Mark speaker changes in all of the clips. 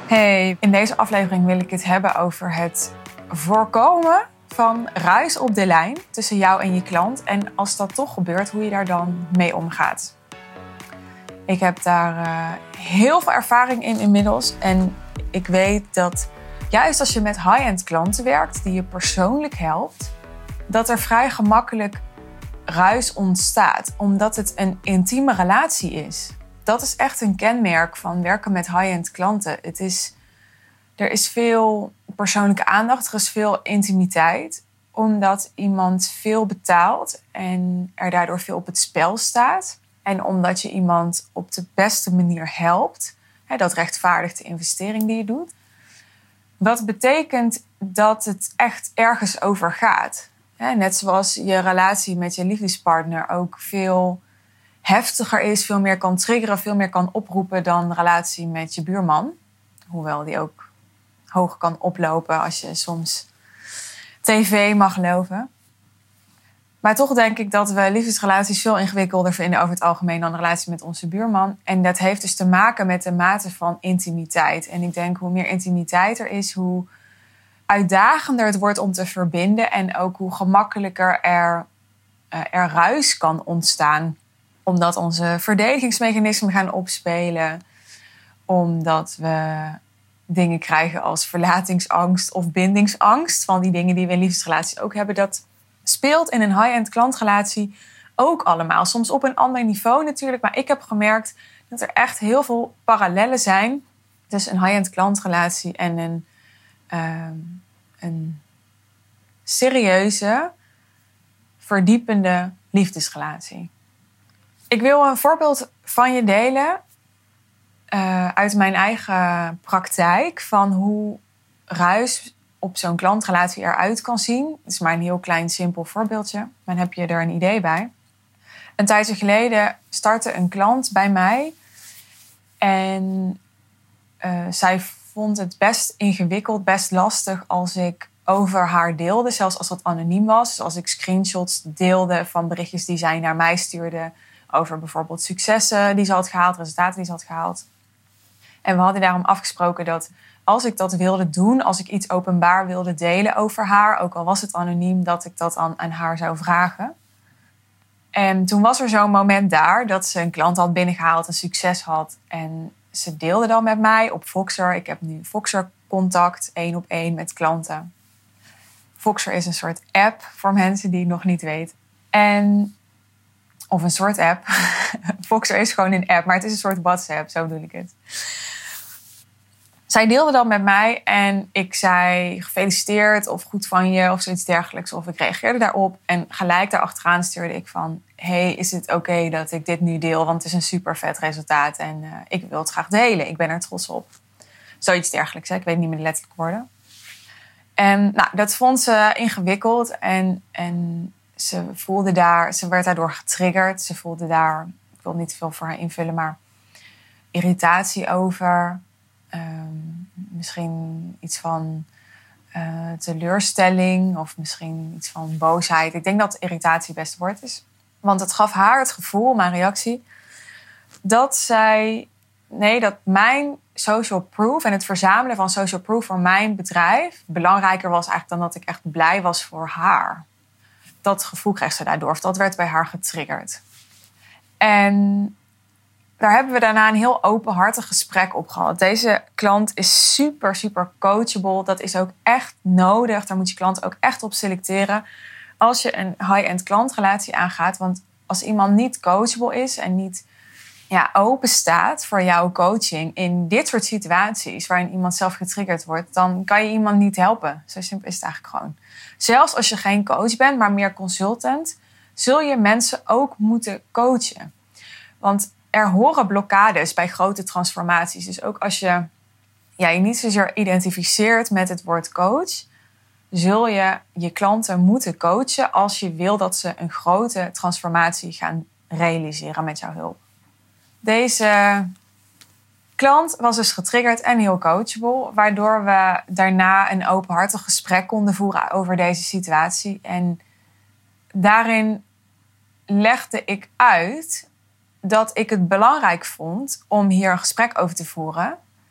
Speaker 1: Hey, in deze aflevering wil ik het hebben over het voorkomen van ruis op de lijn tussen jou en je klant. En als dat toch gebeurt, hoe je daar dan mee omgaat. Ik heb daar heel veel ervaring in inmiddels. En ik weet dat juist als je met high-end klanten werkt, die je persoonlijk helpt, dat er vrij gemakkelijk ruis ontstaat. Omdat het een intieme relatie is. Dat is echt een kenmerk van werken met high-end klanten. Er is veel persoonlijke aandacht, er is veel intimiteit. Omdat iemand veel betaalt en er daardoor veel op het spel staat. En omdat je iemand op de beste manier helpt. Dat rechtvaardigt de investering die je doet. Wat betekent dat het echt ergens over gaat. Net zoals je relatie met je liefdespartner ook veel heftiger is, veel meer kan triggeren, veel meer kan oproepen dan de relatie met je buurman. Hoewel die ook hoog kan oplopen als je soms tv mag geloven. Maar toch denk ik dat we liefdesrelaties veel ingewikkelder vinden over het algemeen dan de relatie met onze buurman. En dat heeft dus te maken met de mate van intimiteit. En ik denk hoe meer intimiteit er is, hoe uitdagender het wordt om te verbinden. En ook hoe gemakkelijker er ruis kan ontstaan. Omdat onze verdedigingsmechanismen gaan opspelen. Omdat we dingen krijgen als verlatingsangst of bindingsangst. Van die dingen die we in liefdesrelaties ook hebben. Dat speelt in een high-end klantrelatie ook allemaal. Soms op een ander niveau natuurlijk. Maar ik heb gemerkt dat er echt heel veel parallellen zijn tussen een high-end klantrelatie en een serieuze, verdiepende liefdesrelatie. Ik wil een voorbeeld van je delen uit mijn eigen praktijk van hoe ruis op zo'n klantrelatie eruit kan zien. Het is maar een heel klein, simpel voorbeeldje. Dan heb je er een idee bij. Een tijdje geleden startte een klant bij mij. En zij vond het best ingewikkeld, best lastig als ik over haar deelde. Zelfs als dat anoniem was. Dus als ik screenshots deelde van berichtjes die zij naar mij stuurde. Over bijvoorbeeld successen die ze had gehaald, resultaten die ze had gehaald. En we hadden daarom afgesproken dat als ik dat wilde doen, als ik iets openbaar wilde delen over haar, ook al was het anoniem, dat ik dat aan haar zou vragen. En toen was er zo'n moment daar dat ze een klant had binnengehaald, een succes had. En ze deelde dan met mij op Voxer. Ik heb nu Voxer contact, 1-op-1 met klanten. Voxer is een soort app voor mensen die het nog niet weten. Of een soort app. Voxer is gewoon een app, maar het is een soort WhatsApp, zo bedoel ik het. Zij deelde dat met mij en ik zei gefeliciteerd of goed van je of zoiets dergelijks. Of ik reageerde daarop en gelijk daarachteraan stuurde ik van... Hey, is het oké dat ik dit nu deel? Want het is een super vet resultaat en ik wil het graag delen. Ik ben er trots op. Zoiets dergelijks, hè? Ik weet niet meer de letterlijke woorden. En dat vond ze ingewikkeld en ze werd daardoor getriggerd. Ze voelde daar, ik wil niet veel voor haar invullen, maar irritatie over. Misschien iets van teleurstelling of misschien iets van boosheid. Ik denk dat irritatie het beste woord is. Want het gaf haar het gevoel, mijn reactie, dat mijn social proof en het verzamelen van social proof voor mijn bedrijf belangrijker was eigenlijk dan dat ik echt blij was voor haar. Dat gevoel kreeg ze daardoor, of dat werd bij haar getriggerd. En daar hebben we daarna een heel openhartig gesprek op gehad. Deze klant is super, super coachable. Dat is ook echt nodig. Daar moet je klant ook echt op selecteren als je een high-end klantrelatie aangaat. Want als iemand niet coachable is en niet open staat voor jouw coaching in dit soort situaties waarin iemand zelf getriggerd wordt, dan kan je iemand niet helpen. Zo simpel is het eigenlijk gewoon. Zelfs als je geen coach bent, maar meer consultant, zul je mensen ook moeten coachen. Want er horen blokkades bij grote transformaties. Dus ook als je je niet zozeer identificeert met het woord coach, zul je je klanten moeten coachen als je wil dat ze een grote transformatie gaan realiseren met jouw hulp. Deze klant was dus getriggerd en heel coachable, waardoor we daarna een openhartig gesprek konden voeren over deze situatie. En daarin legde ik uit dat ik het belangrijk vond om hier een gesprek over te voeren.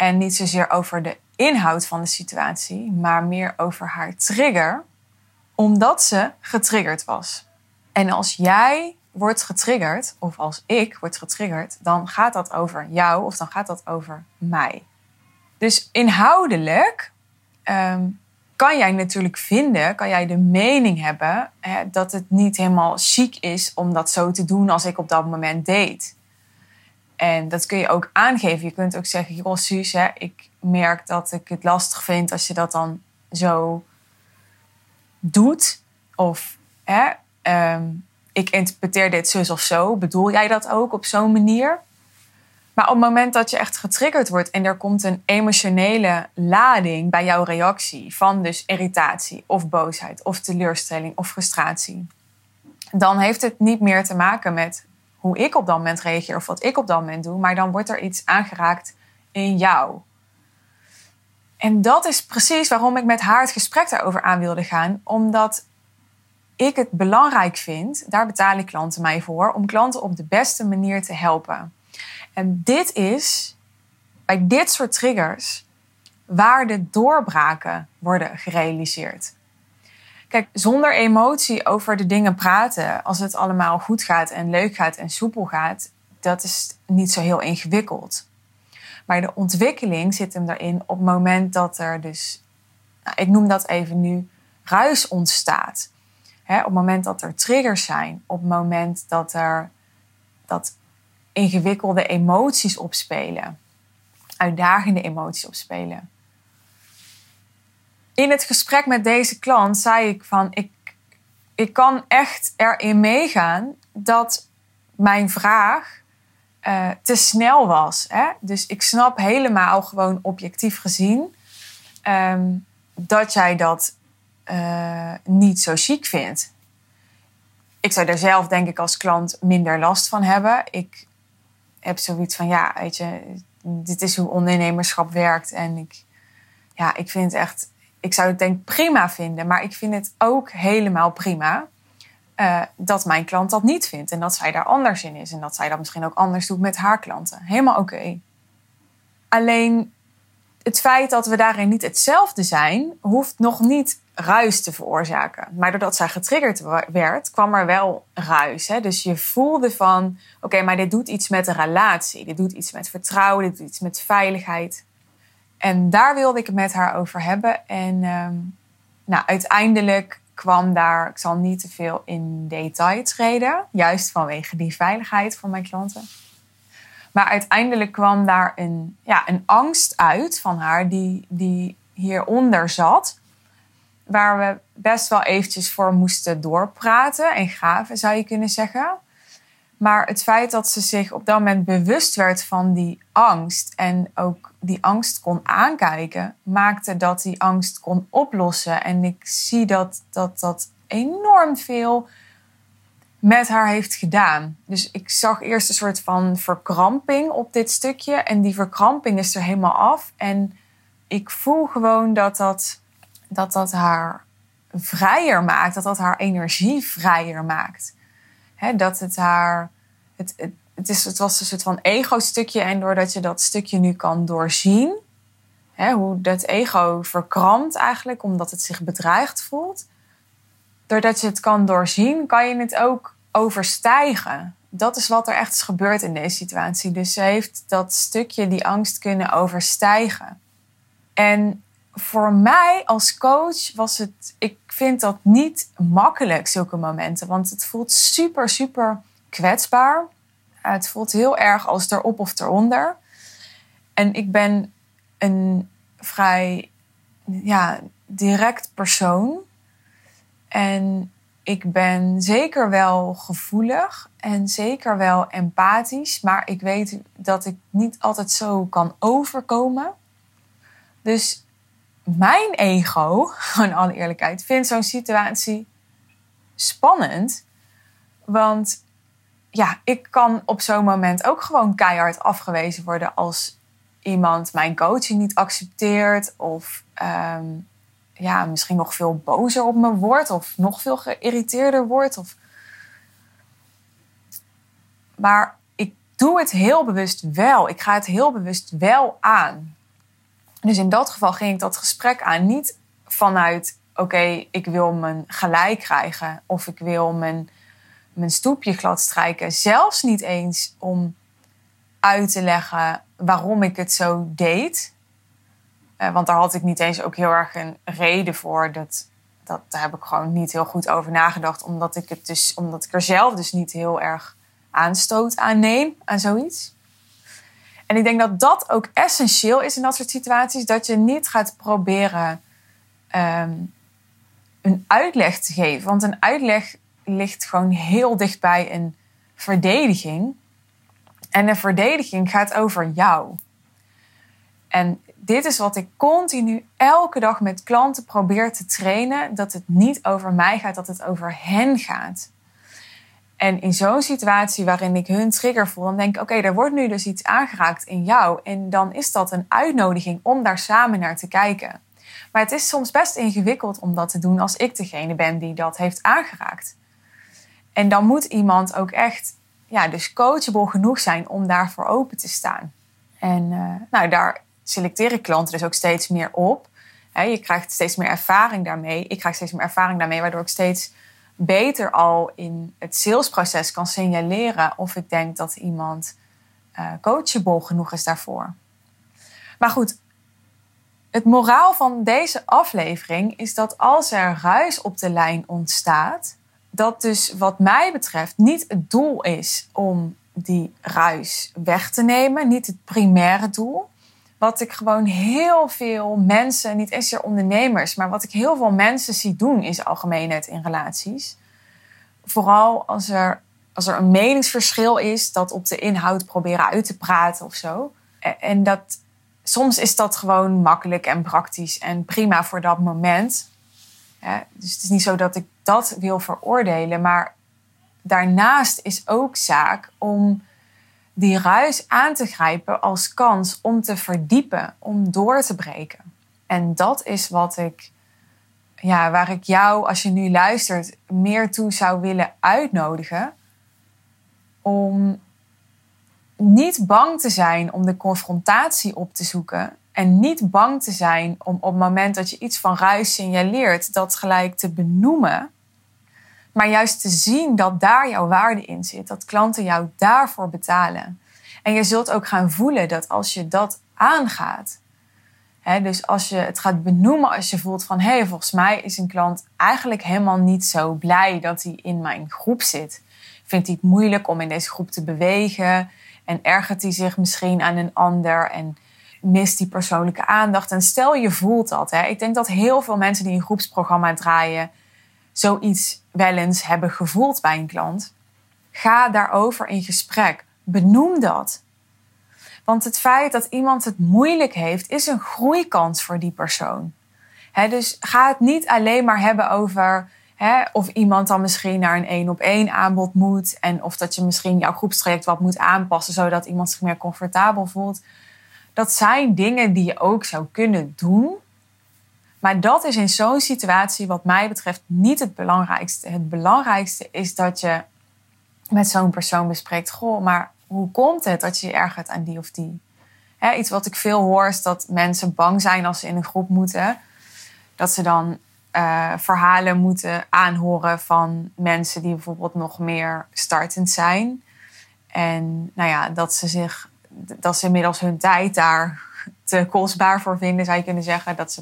Speaker 1: En niet zozeer over de inhoud van de situatie, maar meer over haar trigger, omdat ze getriggerd was. En als jij wordt getriggerd, of als ik word getriggerd, dan gaat dat over jou of dan gaat dat over mij. Dus inhoudelijk kan jij natuurlijk vinden, kan jij de mening hebben dat het niet helemaal chic is om dat zo te doen als ik op dat moment deed. En dat kun je ook aangeven. Je kunt ook zeggen, joh Suus, ik merk dat ik het lastig vind als je dat dan zo doet. Of ik interpreteer dit zus of zo. Bedoel jij dat ook op zo'n manier? Maar op het moment dat je echt getriggerd wordt en er komt een emotionele lading bij jouw reactie, van dus irritatie of boosheid of teleurstelling of frustratie, dan heeft het niet meer te maken met hoe ik op dat moment reageer of wat ik op dat moment doe, maar dan wordt er iets aangeraakt in jou. En dat is precies waarom ik met haar het gesprek daarover aan wilde gaan, omdat ik het belangrijk vind, daar betalen klanten mij voor, om klanten op de beste manier te helpen. En dit is, bij dit soort triggers, waar de doorbraken worden gerealiseerd. Kijk, zonder emotie over de dingen praten, als het allemaal goed gaat en leuk gaat en soepel gaat, dat is niet zo heel ingewikkeld. Maar de ontwikkeling zit hem erin op het moment dat er dus, ik noem dat even nu, ruis ontstaat. Op het moment dat er triggers zijn, op het moment dat er ingewikkelde emoties opspelen, uitdagende emoties opspelen. In het gesprek met deze klant zei ik van, ik kan echt erin meegaan dat mijn vraag te snel was. Dus ik snap helemaal gewoon objectief gezien dat jij dat niet zo chic vindt. Ik zou daar zelf denk ik als klant minder last van hebben. Ik heb zoiets van, ja, weet je, dit is hoe ondernemerschap werkt. En ik vind het echt, ik zou het denk ik prima vinden. Maar ik vind het ook helemaal prima dat mijn klant dat niet vindt. En dat zij daar anders in is. En dat zij dat misschien ook anders doet met haar klanten. Helemaal oké. Alleen het feit dat we daarin niet hetzelfde zijn, hoeft nog niet ruis te veroorzaken. Maar doordat zij getriggerd werd, kwam er wel ruis. Dus je voelde van, oké, maar dit doet iets met de relatie. Dit doet iets met vertrouwen, dit doet iets met veiligheid. En daar wilde ik het met haar over hebben. En uiteindelijk kwam daar, ik zal niet te veel in detail treden, juist vanwege die veiligheid van mijn klanten. Maar uiteindelijk kwam daar een angst uit van haar die hieronder zat, waar we best wel eventjes voor moesten doorpraten en graven, zou je kunnen zeggen. Maar het feit dat ze zich op dat moment bewust werd van die angst en ook die angst kon aankijken, maakte dat die angst kon oplossen. En ik zie dat enorm veel met haar heeft gedaan. Dus ik zag eerst een soort van verkramping op dit stukje. En die verkramping is er helemaal af. En ik voel gewoon dat haar vrijer maakt. Dat haar energie vrijer maakt. Dat het haar... Het was een soort van ego-stukje. En doordat je dat stukje nu kan doorzien, hoe dat ego verkrampt eigenlijk, omdat het zich bedreigd voelt. Doordat je het kan doorzien, kan je het ook overstijgen. Dat is wat er echt is gebeurd in deze situatie. Dus ze heeft dat stukje, die angst, kunnen overstijgen. En voor mij als coach was het... Ik vind dat niet makkelijk, zulke momenten. Want het voelt super, super kwetsbaar. Het voelt heel erg als erop of eronder. En ik ben een vrij direct persoon. En ik ben zeker wel gevoelig en zeker wel empathisch. Maar ik weet dat ik niet altijd zo kan overkomen. Dus mijn ego, in alle eerlijkheid, vindt zo'n situatie spannend. Want ik kan op zo'n moment ook gewoon keihard afgewezen worden als iemand mijn coaching niet accepteert. Of misschien nog veel bozer op me wordt. Of nog veel geïrriteerder wordt. Maar ik doe het heel bewust wel. Ik ga het heel bewust wel aan. Dus in dat geval ging ik dat gesprek aan niet vanuit... oké, ik wil mijn gelijk krijgen of ik wil mijn stoepje glad strijken. Zelfs niet eens om uit te leggen waarom ik het zo deed. Want daar had ik niet eens ook heel erg een reden voor. Daar heb ik gewoon niet heel goed over nagedacht. Omdat ik er zelf dus niet heel erg aanstoot aan neem, aan zoiets. En ik denk dat dat ook essentieel is in dat soort situaties. Dat je niet gaat proberen een uitleg te geven. Want een uitleg ligt gewoon heel dicht bij een verdediging. En een verdediging gaat over jou. En dit is wat ik continu elke dag met klanten probeer te trainen. Dat het niet over mij gaat, dat het over hen gaat. En in zo'n situatie waarin ik hun trigger voel, dan denk ik, oké, er wordt nu dus iets aangeraakt in jou. En dan is dat een uitnodiging om daar samen naar te kijken. Maar het is soms best ingewikkeld om dat te doen als ik degene ben die dat heeft aangeraakt. En dan moet iemand ook echt dus coachable genoeg zijn om daarvoor open te staan. En daar selecteer ik klanten dus ook steeds meer op. Je krijgt steeds meer ervaring daarmee. Ik krijg steeds meer ervaring daarmee, waardoor ik steeds beter al in het salesproces kan signaleren of ik denk dat iemand coachable genoeg is daarvoor. Maar goed, het moraal van deze aflevering is dat als er ruis op de lijn ontstaat, dat dus wat mij betreft niet het doel is om die ruis weg te nemen. Niet het primaire doel. Wat ik gewoon heel veel mensen, niet eens zozeer ondernemers, maar wat ik heel veel mensen zie doen is algemeenheid in relaties. Vooral als er een meningsverschil is, dat op de inhoud proberen uit te praten of zo. En soms is dat gewoon makkelijk en praktisch en prima voor dat moment. Dus het is niet zo dat ik dat wil veroordelen, maar daarnaast is ook zaak om die ruis aan te grijpen als kans om te verdiepen, om door te breken. En dat is waar ik jou, als je nu luistert, meer toe zou willen uitnodigen. Om niet bang te zijn om de confrontatie op te zoeken. En niet bang te zijn om op het moment dat je iets van ruis signaleert, dat gelijk te benoemen. Maar juist te zien dat daar jouw waarde in zit. Dat klanten jou daarvoor betalen. En je zult ook gaan voelen dat als je dat aangaat. Dus als je het gaat benoemen, als je voelt van volgens mij is een klant eigenlijk helemaal niet zo blij dat hij in mijn groep zit. Vindt hij het moeilijk om in deze groep te bewegen. En ergert hij zich misschien aan een ander. En mist die persoonlijke aandacht. En stel je voelt dat. Ik denk dat heel veel mensen die een groepsprogramma draaien zoiets wel eens hebben gevoeld bij een klant. Ga daarover in gesprek. Benoem dat. Want het feit dat iemand het moeilijk heeft, is een groeikans voor die persoon. Dus ga het niet alleen maar hebben over of iemand dan misschien naar een 1-op-1 aanbod moet. En of dat je misschien jouw groepstraject wat moet aanpassen, zodat iemand zich meer comfortabel voelt. Dat zijn dingen die je ook zou kunnen doen. Maar dat is in zo'n situatie wat mij betreft niet het belangrijkste. Het belangrijkste is dat je met zo'n persoon bespreekt. Goh, maar hoe komt het dat je je ergert aan die of die? Iets wat ik veel hoor is dat mensen bang zijn als ze in een groep moeten. Dat ze dan verhalen moeten aanhoren van mensen die bijvoorbeeld nog meer startend zijn. En dat ze inmiddels hun tijd daar te kostbaar voor vinden, zou je kunnen zeggen. Dat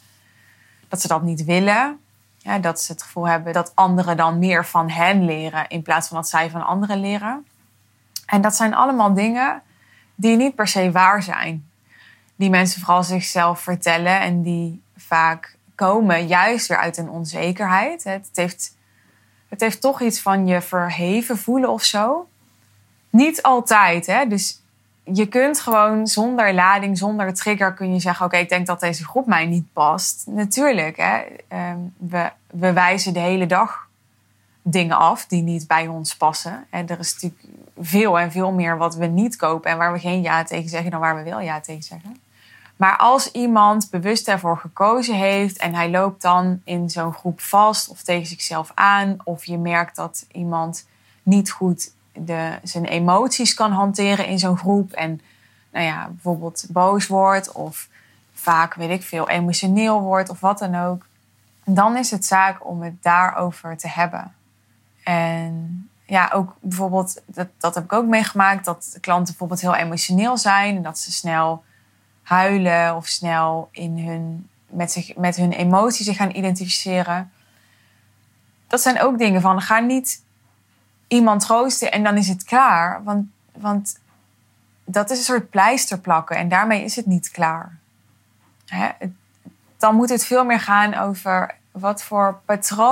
Speaker 1: ze dat niet willen. Dat ze het gevoel hebben dat anderen dan meer van hen leren in plaats van dat zij van anderen leren. En dat zijn allemaal dingen die niet per se waar zijn. Die mensen vooral zichzelf vertellen en die vaak komen juist weer uit een onzekerheid. Het heeft toch iets van je verheven voelen of zo. Niet altijd. Dus je kunt gewoon zonder lading, zonder trigger kun je zeggen, oké, ik denk dat deze groep mij niet past. Natuurlijk, we wijzen de hele dag dingen af die niet bij ons passen. Er is natuurlijk veel en veel meer wat we niet kopen en waar we geen ja tegen zeggen dan waar we wel ja tegen zeggen. Maar als iemand bewust daarvoor gekozen heeft en hij loopt dan in zo'n groep vast of tegen zichzelf aan, of je merkt dat iemand niet goed zijn emoties kan hanteren in zo'n groep en bijvoorbeeld boos wordt of vaak, weet ik veel, emotioneel wordt of wat dan ook. Dan is het zaak om het daarover te hebben. En ja, ook bijvoorbeeld, dat heb ik ook meegemaakt, dat klanten bijvoorbeeld heel emotioneel zijn en dat ze snel huilen of snel met hun emoties zich gaan identificeren. Dat zijn ook dingen van, ga niet iemand troosten en dan is het klaar. Want dat is een soort pleister plakken en daarmee is het niet klaar. Dan moet het veel meer gaan over met wat voor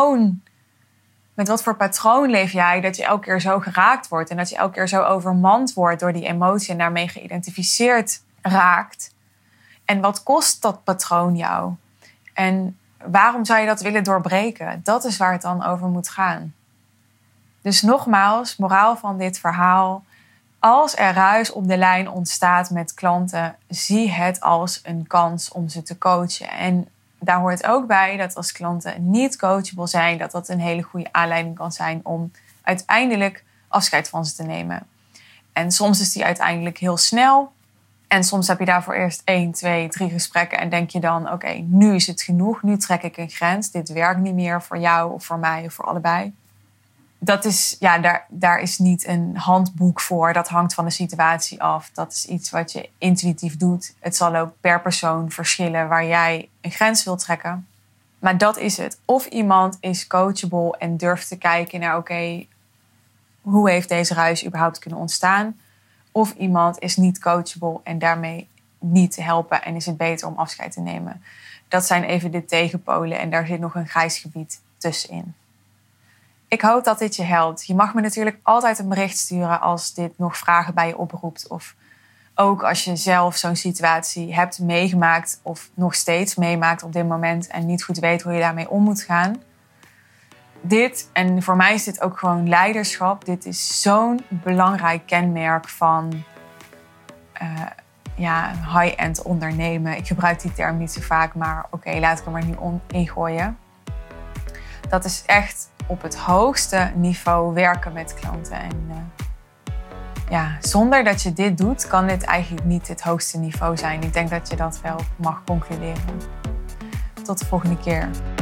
Speaker 1: patroon leef jij dat je elke keer zo geraakt wordt en dat je elke keer zo overmand wordt door die emotie en daarmee geïdentificeerd raakt. En wat kost dat patroon jou? En waarom zou je dat willen doorbreken? Dat is waar het dan over moet gaan. Dus nogmaals, moraal van dit verhaal. Als er ruis op de lijn ontstaat met klanten, zie het als een kans om ze te coachen. En daar hoort ook bij dat als klanten niet coachable zijn, dat een hele goede aanleiding kan zijn om uiteindelijk afscheid van ze te nemen. En soms is die uiteindelijk heel snel. En soms heb je daarvoor eerst 1, 2, 3 gesprekken en denk je dan, oké, nu is het genoeg. Nu trek ik een grens. Dit werkt niet meer voor jou of voor mij of voor allebei. Dat is, ja, daar is niet een handboek voor. Dat hangt van de situatie af. Dat is iets wat je intuïtief doet. Het zal ook per persoon verschillen waar jij een grens wilt trekken. Maar dat is het. Of iemand is coachable en durft te kijken naar, oké, hoe heeft deze ruis überhaupt kunnen ontstaan? Of iemand is niet coachable en daarmee niet te helpen en is het beter om afscheid te nemen. Dat zijn even de tegenpolen en daar zit nog een grijs gebied tussenin. Ik hoop dat dit je helpt. Je mag me natuurlijk altijd een bericht sturen als dit nog vragen bij je oproept. Of ook als je zelf zo'n situatie hebt meegemaakt of nog steeds meemaakt op dit moment en niet goed weet hoe je daarmee om moet gaan. En voor mij is dit ook gewoon leiderschap. Dit is zo'n belangrijk kenmerk van high-end ondernemen. Ik gebruik die term niet zo vaak, maar oké, laat ik hem er nu ingooien. Dat is echt op het hoogste niveau werken met klanten. En zonder dat je dit doet, kan dit eigenlijk niet het hoogste niveau zijn. Ik denk dat je dat wel mag concluderen. Tot de volgende keer.